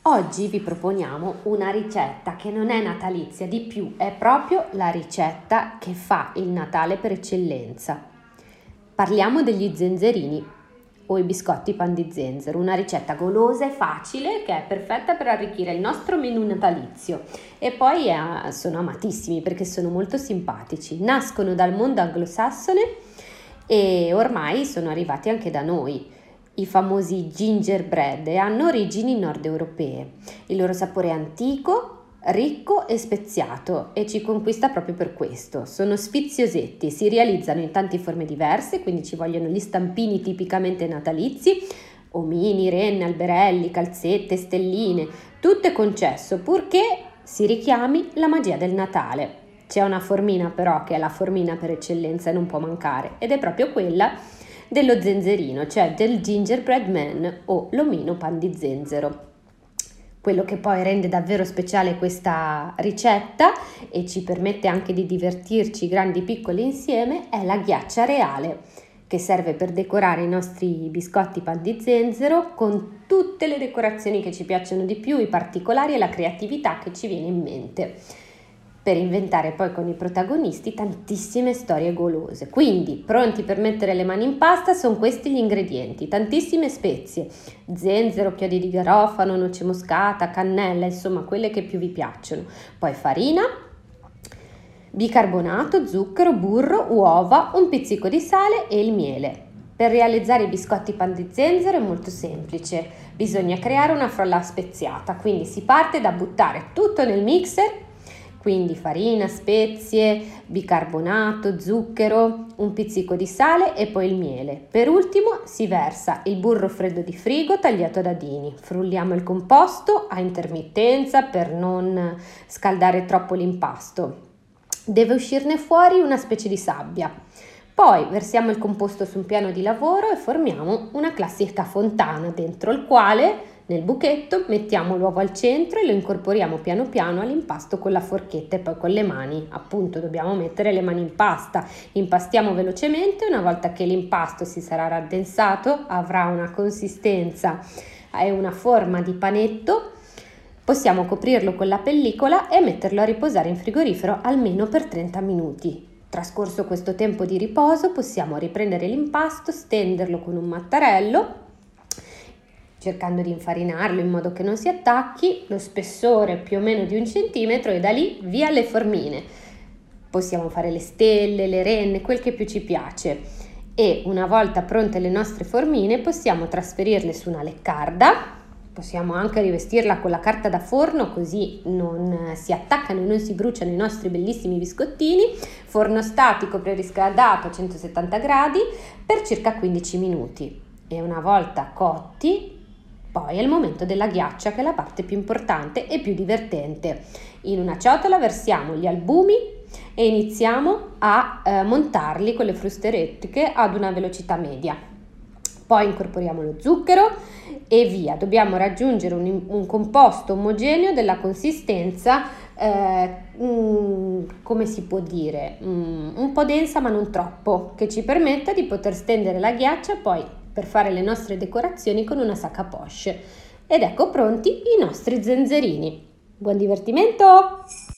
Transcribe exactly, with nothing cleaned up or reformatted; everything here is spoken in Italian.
Oggi vi proponiamo una ricetta che non è natalizia, di più è proprio la ricetta che fa il Natale per eccellenza. Parliamo degli zenzerini o i biscotti pan di zenzero, una ricetta golosa e facile che è perfetta per arricchire il nostro menù natalizio e poi è, sono amatissimi perché sono molto simpatici. Nascono dal mondo anglosassone e ormai sono arrivati anche da noi. I famosi gingerbread e hanno origini nord europee. Il loro sapore è antico, ricco e speziato e ci conquista proprio per questo. Sono sfiziosetti, si realizzano in tante forme diverse, quindi ci vogliono gli stampini tipicamente natalizi, omini, renne, alberelli, calzette, stelline, tutto è concesso purché si richiami la magia del Natale. C'è una formina però che è la formina per eccellenza e non può mancare ed è proprio quella dello zenzerino, cioè del gingerbread man o l'omino pan di zenzero. Quello che poi rende davvero speciale questa ricetta e ci permette anche di divertirci grandi e piccoli insieme è la ghiaccia reale, che serve per decorare i nostri biscotti pan di zenzero con tutte le decorazioni che ci piacciono di più, i particolari e la creatività che ci viene in mente, per inventare poi con i protagonisti tantissime storie golose. Quindi, pronti per mettere le mani in pasta, sono questi gli ingredienti: tantissime spezie, zenzero, chiodi di garofano, noce moscata, cannella, insomma quelle che più vi piacciono. Poi farina, bicarbonato, zucchero, burro, uova, un pizzico di sale e il miele. Per realizzare i biscotti pan di zenzero è molto semplice, bisogna creare una frolla speziata, quindi si parte da buttare tutto nel mixer. Quindi farina, spezie, bicarbonato, zucchero, un pizzico di sale e poi il miele. Per ultimo si versa il burro freddo di frigo tagliato a dadini. Frulliamo il composto a intermittenza per non scaldare troppo l'impasto. Deve uscirne fuori una specie di sabbia. Poi versiamo il composto su un piano di lavoro e formiamo una classica fontana dentro il quale nel buchetto mettiamo l'uovo al centro e lo incorporiamo piano piano all'impasto con la forchetta e poi con le mani. Appunto dobbiamo mettere le mani in pasta, impastiamo velocemente. Una volta che l'impasto si sarà raddensato, avrà una consistenza e una forma di panetto, possiamo coprirlo con la pellicola e metterlo a riposare in frigorifero almeno per trenta minuti. Trascorso questo tempo di riposo possiamo riprendere l'impasto, stenderlo con un mattarello cercando di infarinarlo in modo che non si attacchi, lo spessore più o meno di un centimetro e da lì via le formine. Possiamo fare le stelle, le renne, quel che più ci piace e una volta pronte le nostre formine possiamo trasferirle su una leccarda, possiamo anche rivestirla con la carta da forno così non si attaccano e non si bruciano i nostri bellissimi biscottini, forno statico preriscaldato a centosettanta gradi per circa quindici minuti e una volta cotti poi è il momento della ghiaccia che è la parte più importante e più divertente. In una ciotola versiamo gli albumi e iniziamo a eh, montarli con le fruste elettriche ad una velocità media. Poi incorporiamo lo zucchero e via. Dobbiamo raggiungere un, un composto omogeneo della consistenza, eh, mm, come si può dire, mm, un po' densa ma non troppo, che ci permetta di poter stendere la ghiaccia poi per fare le nostre decorazioni con una sac à poche. Ed ecco pronti i nostri zenzerini. Buon divertimento!